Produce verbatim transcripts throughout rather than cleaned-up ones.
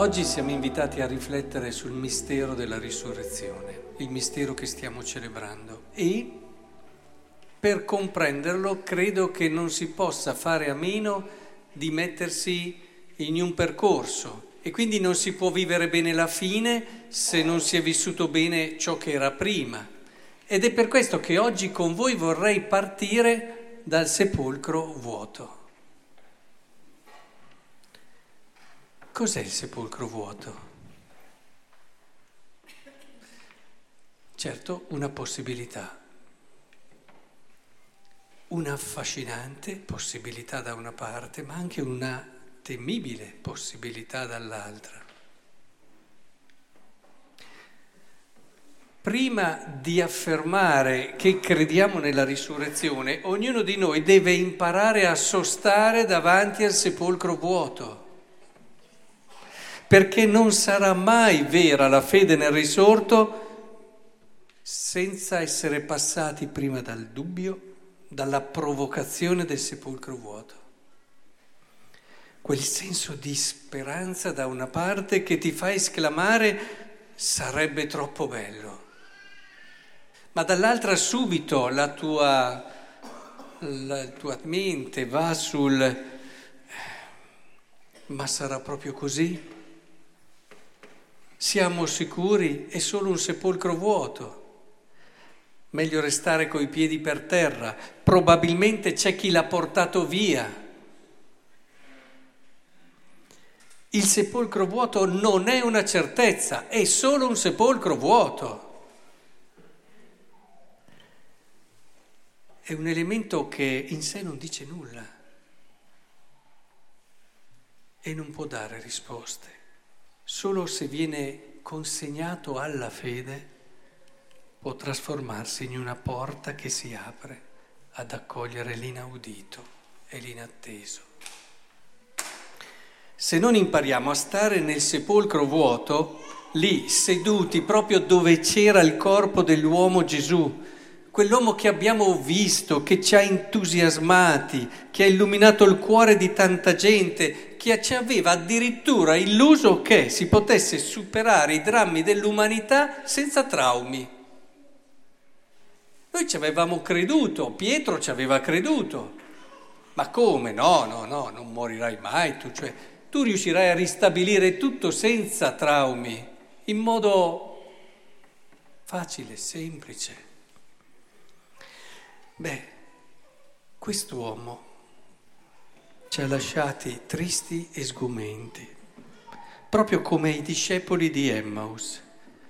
Oggi siamo invitati a riflettere sul mistero della risurrezione, il mistero che stiamo celebrando, e per comprenderlo credo che non si possa fare a meno di mettersi in un percorso e quindi non si può vivere bene la fine se non si è vissuto bene ciò che era prima. Ed è per questo che oggi con voi vorrei partire dal sepolcro vuoto. Cos'è il sepolcro vuoto? Certo, una possibilità, una affascinante possibilità da una parte, ma anche una temibile possibilità dall'altra. Prima di affermare che crediamo nella risurrezione, ognuno di noi deve imparare a sostare davanti al sepolcro vuoto. Perché non sarà mai vera la fede nel risorto senza essere passati prima dal dubbio, dalla provocazione del sepolcro vuoto. Quel senso di speranza da una parte che ti fa esclamare sarebbe troppo bello, ma dall'altra subito la tua, la tua mente va sul ma sarà proprio così? Siamo sicuri? È solo un sepolcro vuoto. Meglio restare coi piedi per terra. Probabilmente c'è chi l'ha portato via. Il sepolcro vuoto non è una certezza, è solo un sepolcro vuoto. È un elemento che in sé non dice nulla e non può dare risposte. Solo se viene consegnato alla fede può trasformarsi in una porta che si apre ad accogliere l'inaudito e l'inatteso. Se non impariamo a stare nel sepolcro vuoto, lì seduti proprio dove c'era il corpo dell'uomo Gesù, quell'uomo che abbiamo visto, che ci ha entusiasmati, che ha illuminato il cuore di tanta gente, che ci aveva addirittura illuso che si potesse superare i drammi dell'umanità senza traumi. Noi ci avevamo creduto, Pietro ci aveva creduto. Ma come? No, no, no, non morirai mai tu, cioè tu riuscirai a ristabilire tutto senza traumi, in modo facile, semplice. Beh, quest'uomo ci ha lasciati tristi e sgomenti, proprio come i discepoli di Emmaus.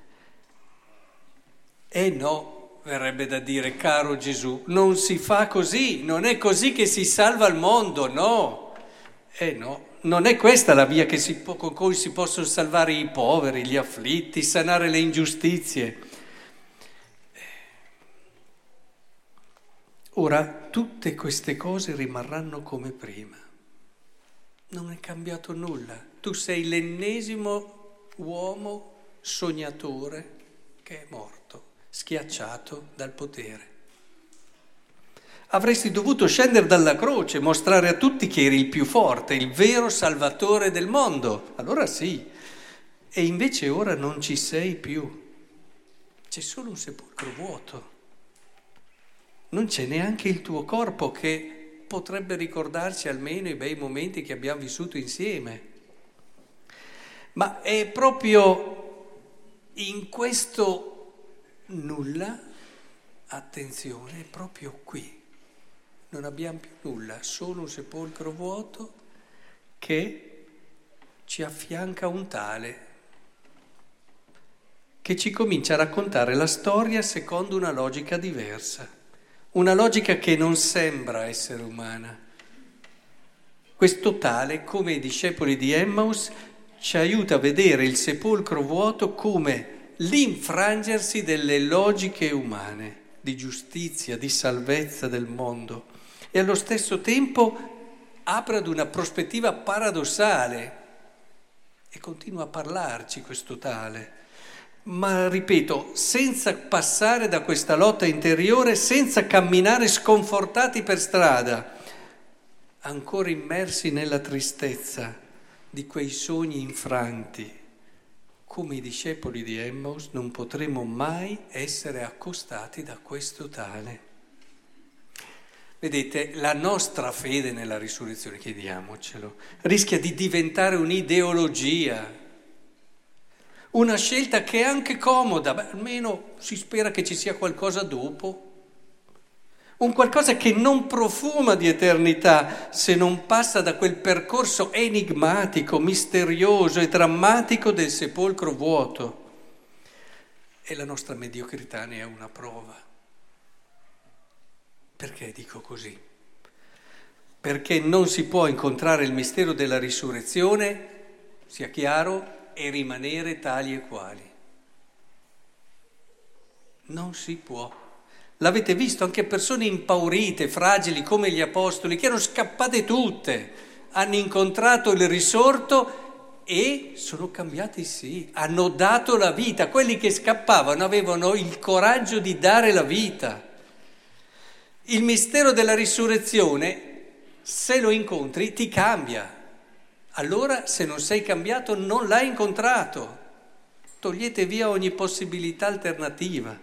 E no, verrebbe da dire, caro Gesù, non si fa così, non è così che si salva il mondo, no. E no, non è questa la via che si può, con cui si possono salvare i poveri, gli afflitti, sanare le ingiustizie. Ora, tutte queste cose rimarranno come prima. Non è cambiato nulla. Tu sei l'ennesimo uomo sognatore che è morto, schiacciato dal potere. Avresti dovuto scendere dalla croce, mostrare a tutti che eri il più forte, il vero salvatore del mondo. Allora sì. E invece ora non ci sei più. C'è solo un sepolcro vuoto. Non c'è neanche il tuo corpo che potrebbe ricordarci almeno i bei momenti che abbiamo vissuto insieme. Ma è proprio in questo nulla, attenzione, è proprio qui. Non abbiamo più nulla, solo un sepolcro vuoto che ci affianca un tale, che ci comincia a raccontare la storia secondo una logica diversa. Una logica che non sembra essere umana. Questo tale, come i discepoli di Emmaus, ci aiuta a vedere il sepolcro vuoto come l'infrangersi delle logiche umane, di giustizia, di salvezza del mondo, e allo stesso tempo apre ad una prospettiva paradossale e continua a parlarci questo tale. Ma ripeto, senza passare da questa lotta interiore, senza camminare sconfortati per strada, ancora immersi nella tristezza, di quei sogni infranti, come i discepoli di Emmaus non potremo mai essere accostati da questo tale. Vedete, la nostra fede nella risurrezione, chiediamocelo, rischia di diventare un'ideologia, una scelta che è anche comoda, beh, almeno si spera che ci sia qualcosa dopo, un qualcosa che non profuma di eternità se non passa da quel percorso enigmatico, misterioso e drammatico del sepolcro vuoto. E la nostra mediocrità ne è una prova. Perché dico così? Perché non si può incontrare il mistero della risurrezione, sia chiaro, e rimanere tali e quali. Non si può. L'avete visto, anche persone impaurite, fragili come gli apostoli, che erano scappate tutte, hanno incontrato il risorto e sono cambiati, sì, hanno dato la vita. Quelli che scappavano avevano il coraggio di dare la vita. Il mistero della risurrezione, se lo incontri, ti cambia. Allora, se non sei cambiato, non l'hai incontrato. Togliete via ogni possibilità alternativa.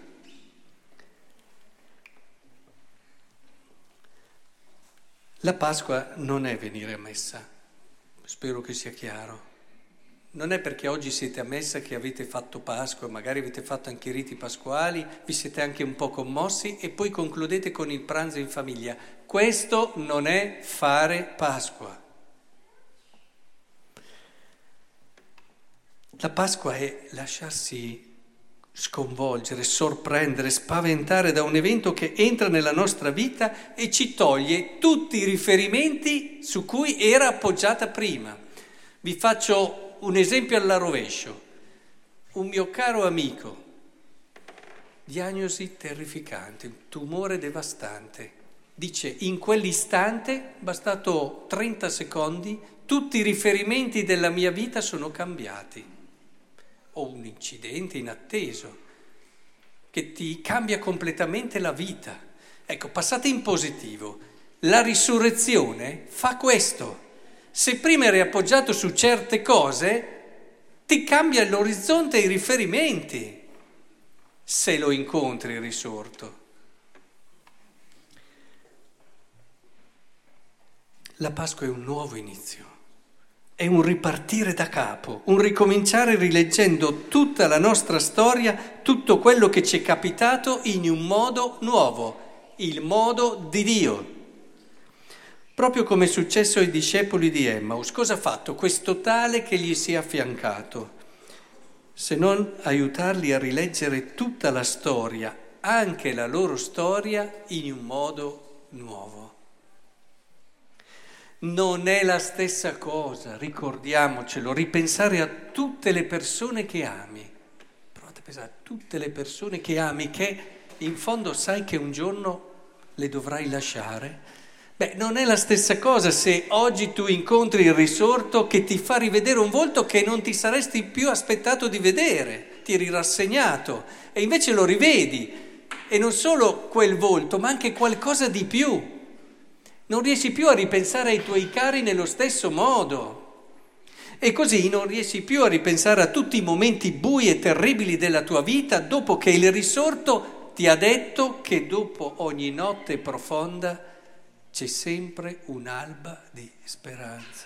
La Pasqua non è venire a messa, spero che sia chiaro. Non è perché oggi siete a messa che avete fatto Pasqua, magari avete fatto anche i riti pasquali, vi siete anche un po' commossi e poi concludete con il pranzo in famiglia. Questo non è fare Pasqua. La Pasqua è lasciarsi sconvolgere, sorprendere, spaventare da un evento che entra nella nostra vita e ci toglie tutti i riferimenti su cui era appoggiata prima. Vi faccio un esempio alla rovescio. Un mio caro amico, diagnosi terrificante, un tumore devastante. Dice, in quell'istante, bastato trenta secondi, tutti i riferimenti della mia vita sono cambiati. O un incidente inatteso che ti cambia completamente la vita. Ecco, passate in positivo. La risurrezione fa questo. Se prima eri appoggiato su certe cose, ti cambia l'orizzonte e i riferimenti, se lo incontri il risorto. La Pasqua è un nuovo inizio, è un ripartire da capo, un ricominciare rileggendo tutta la nostra storia, tutto quello che ci è capitato in un modo nuovo, il modo di Dio. Proprio come è successo ai discepoli di Emmaus. Cosa ha fatto questo tale che gli si è affiancato? Se non aiutarli a rileggere tutta la storia, anche la loro storia, in un modo nuovo. Non è la stessa cosa, ricordiamocelo, ripensare a tutte le persone che ami. Provate a pensare a tutte le persone che ami, che in fondo sai che un giorno le dovrai lasciare. Beh, non è la stessa cosa se oggi tu incontri il risorto che ti fa rivedere un volto che non ti saresti più aspettato di vedere, ti eri rassegnato e invece lo rivedi e non solo quel volto ma anche qualcosa di più. Non riesci più a ripensare ai tuoi cari nello stesso modo e così non riesci più a ripensare a tutti i momenti bui e terribili della tua vita dopo che il risorto ti ha detto che dopo ogni notte profonda c'è sempre un'alba di speranza.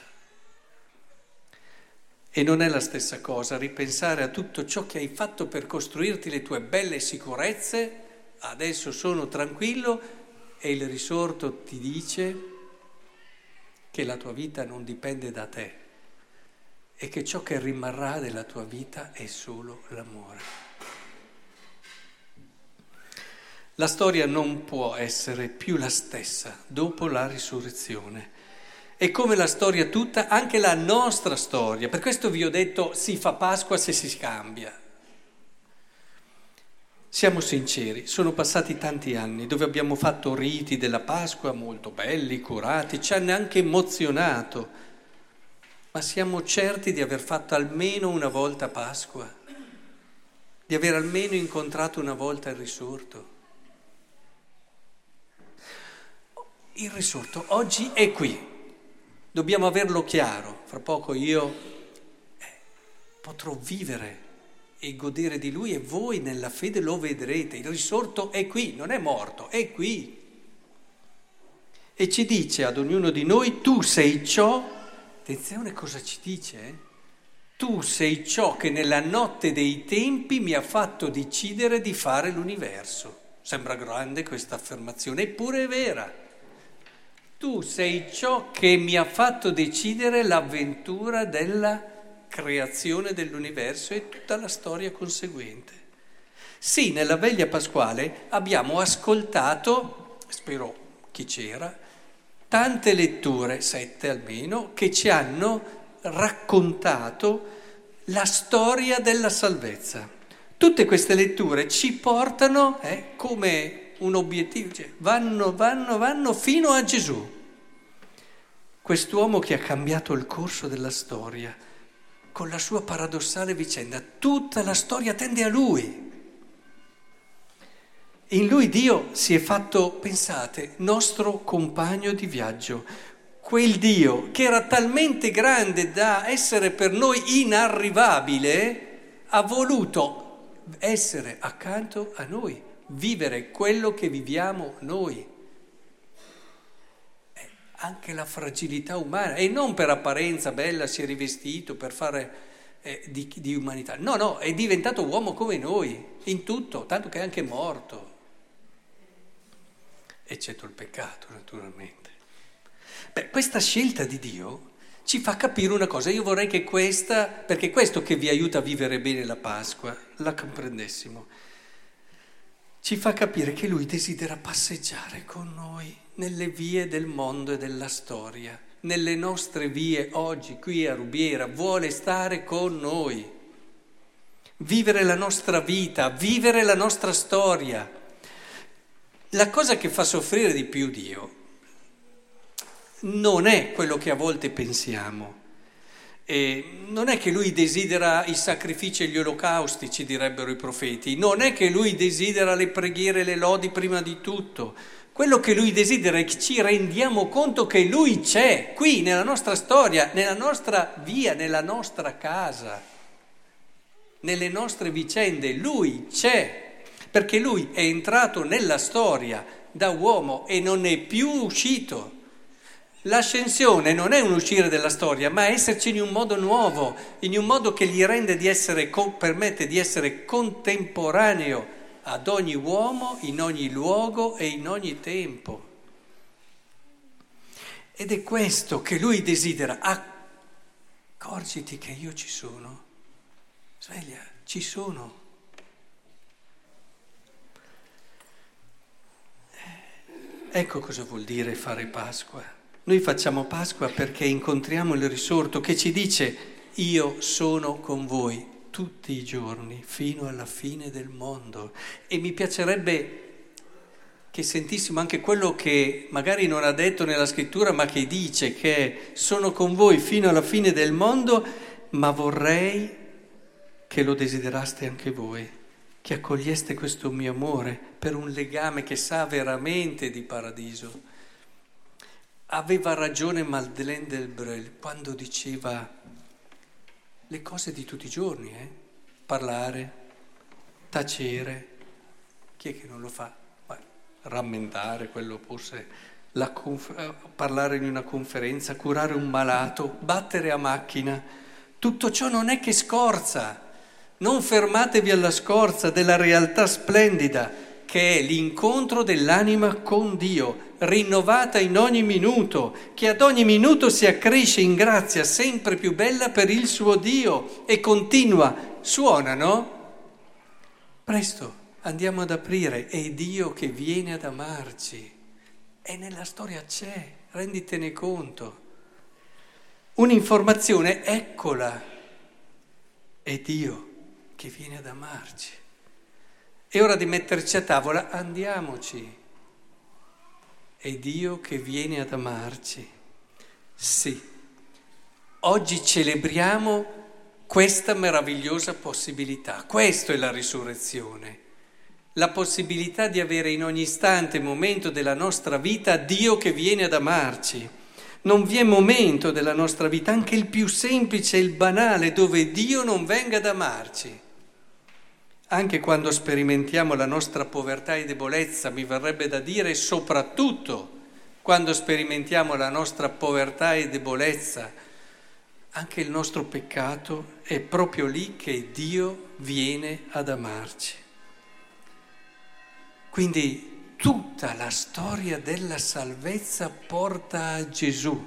E non è la stessa cosa ripensare a tutto ciò che hai fatto per costruirti le tue belle sicurezze, adesso sono tranquillo, e il risorto ti dice che la tua vita non dipende da te e che ciò che rimarrà della tua vita è solo l'amore. La storia non può essere più la stessa dopo la risurrezione. E come la storia tutta, anche la nostra storia. Per questo vi ho detto si fa Pasqua se si cambia. Siamo sinceri, sono passati tanti anni dove abbiamo fatto riti della Pasqua molto belli, curati, ci hanno anche emozionato, ma siamo certi di aver fatto almeno una volta Pasqua, di aver almeno incontrato una volta il risorto. Il risorto oggi è qui, Dobbiamo averlo chiaro. Fra poco io eh, potrò vivere e godere di Lui e voi nella fede lo vedrete. Il risorto è qui, non è morto, è qui. E ci dice ad ognuno di noi, tu sei ciò, attenzione cosa ci dice, eh? Tu sei ciò che nella notte dei tempi mi ha fatto decidere di fare l'universo. Sembra grande questa affermazione, eppure è vera. Tu sei ciò che mi ha fatto decidere l'avventura della creazione dell'universo e tutta la storia conseguente. Sì, nella veglia pasquale abbiamo ascoltato, spero chi c'era, tante letture, sette almeno, che ci hanno raccontato la storia della salvezza. Tutte queste letture ci portano eh, come un obiettivo, cioè vanno, vanno, vanno fino a Gesù. Quest'uomo che ha cambiato il corso della storia con la sua paradossale vicenda, tutta la storia tende a Lui. In Lui Dio si è fatto, pensate, nostro compagno di viaggio. Quel Dio che era talmente grande da essere per noi inarrivabile, ha voluto essere accanto a noi, vivere quello che viviamo noi. Eh, anche la fragilità umana, e non per apparenza bella si è rivestito per fare eh, di, di umanità. No, no, è diventato uomo come noi, in tutto, tanto che è anche morto. Eccetto il peccato, naturalmente. Beh, questa scelta di Dio ci fa capire una cosa. Io vorrei che questa, perché questo che vi aiuta a vivere bene la Pasqua, la comprendessimo. Ci fa capire che Lui desidera passeggiare con noi nelle vie del mondo e della storia, nelle nostre vie oggi, qui a Rubiera, vuole stare con noi, vivere la nostra vita, vivere la nostra storia. La cosa che fa soffrire di più Dio non è quello che a volte pensiamo. E non è che Lui desidera i sacrifici e gli olocausti, ci direbbero i profeti, non è che Lui desidera le preghiere e le lodi prima di tutto. Quello che Lui desidera è che ci rendiamo conto che Lui c'è, qui nella nostra storia, nella nostra via, nella nostra casa, nelle nostre vicende. Lui c'è, perché Lui è entrato nella storia da uomo e non è più uscito. L'ascensione non è un uscire dalla storia, ma esserci in un modo nuovo, in un modo che gli rende di essere, permette di essere contemporaneo ad ogni uomo, in ogni luogo e in ogni tempo. Ed è questo che Lui desidera. Accorgiti che io ci sono. Sveglia, ci sono. Ecco cosa vuol dire fare Pasqua. Noi facciamo Pasqua perché incontriamo il risorto che ci dice: io sono con voi tutti i giorni fino alla fine del mondo. E mi piacerebbe che sentissimo anche quello che magari non ha detto nella scrittura, ma che dice che sono con voi fino alla fine del mondo, ma vorrei che lo desideraste anche voi, che accoglieste questo mio amore per un legame che sa veramente di paradiso. Aveva ragione Madeleine Delbrel quando diceva le cose di tutti i giorni, eh? Parlare, tacere, chi è che non lo fa? Beh, rammentare, quello forse, la conf- parlare in una conferenza, curare un malato, battere a macchina, tutto ciò non è che scorza, non fermatevi alla scorza della realtà splendida che è l'incontro dell'anima con Dio, rinnovata in ogni minuto, che ad ogni minuto si accresce in grazia sempre più bella per il suo Dio e continua. Suona, no? Presto andiamo ad aprire, è Dio che viene ad amarci. E nella storia c'è, renditene conto. Un'informazione, eccola, è Dio che viene ad amarci. È ora di metterci a tavola, andiamoci. È Dio che viene ad amarci. Sì, oggi celebriamo questa meravigliosa possibilità. Questo è la risurrezione. La possibilità di avere in ogni istante e momento della nostra vita Dio che viene ad amarci. Non vi è momento della nostra vita, anche il più semplice e il banale, dove Dio non venga ad amarci. Anche quando sperimentiamo la nostra povertà e debolezza, mi verrebbe da dire soprattutto quando sperimentiamo la nostra povertà e debolezza, anche il nostro peccato, è proprio lì che Dio viene ad amarci. Quindi tutta la storia della salvezza porta a Gesù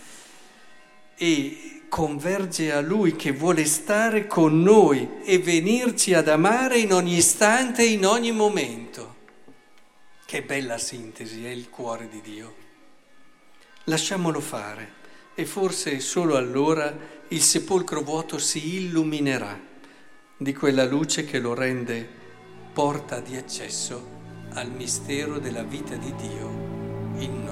e converge a Lui che vuole stare con noi e venirci ad amare in ogni istante e in ogni momento. Che bella sintesi, è il cuore di Dio. Lasciamolo fare e forse solo allora il sepolcro vuoto si illuminerà di quella luce che lo rende porta di accesso al mistero della vita di Dio in noi.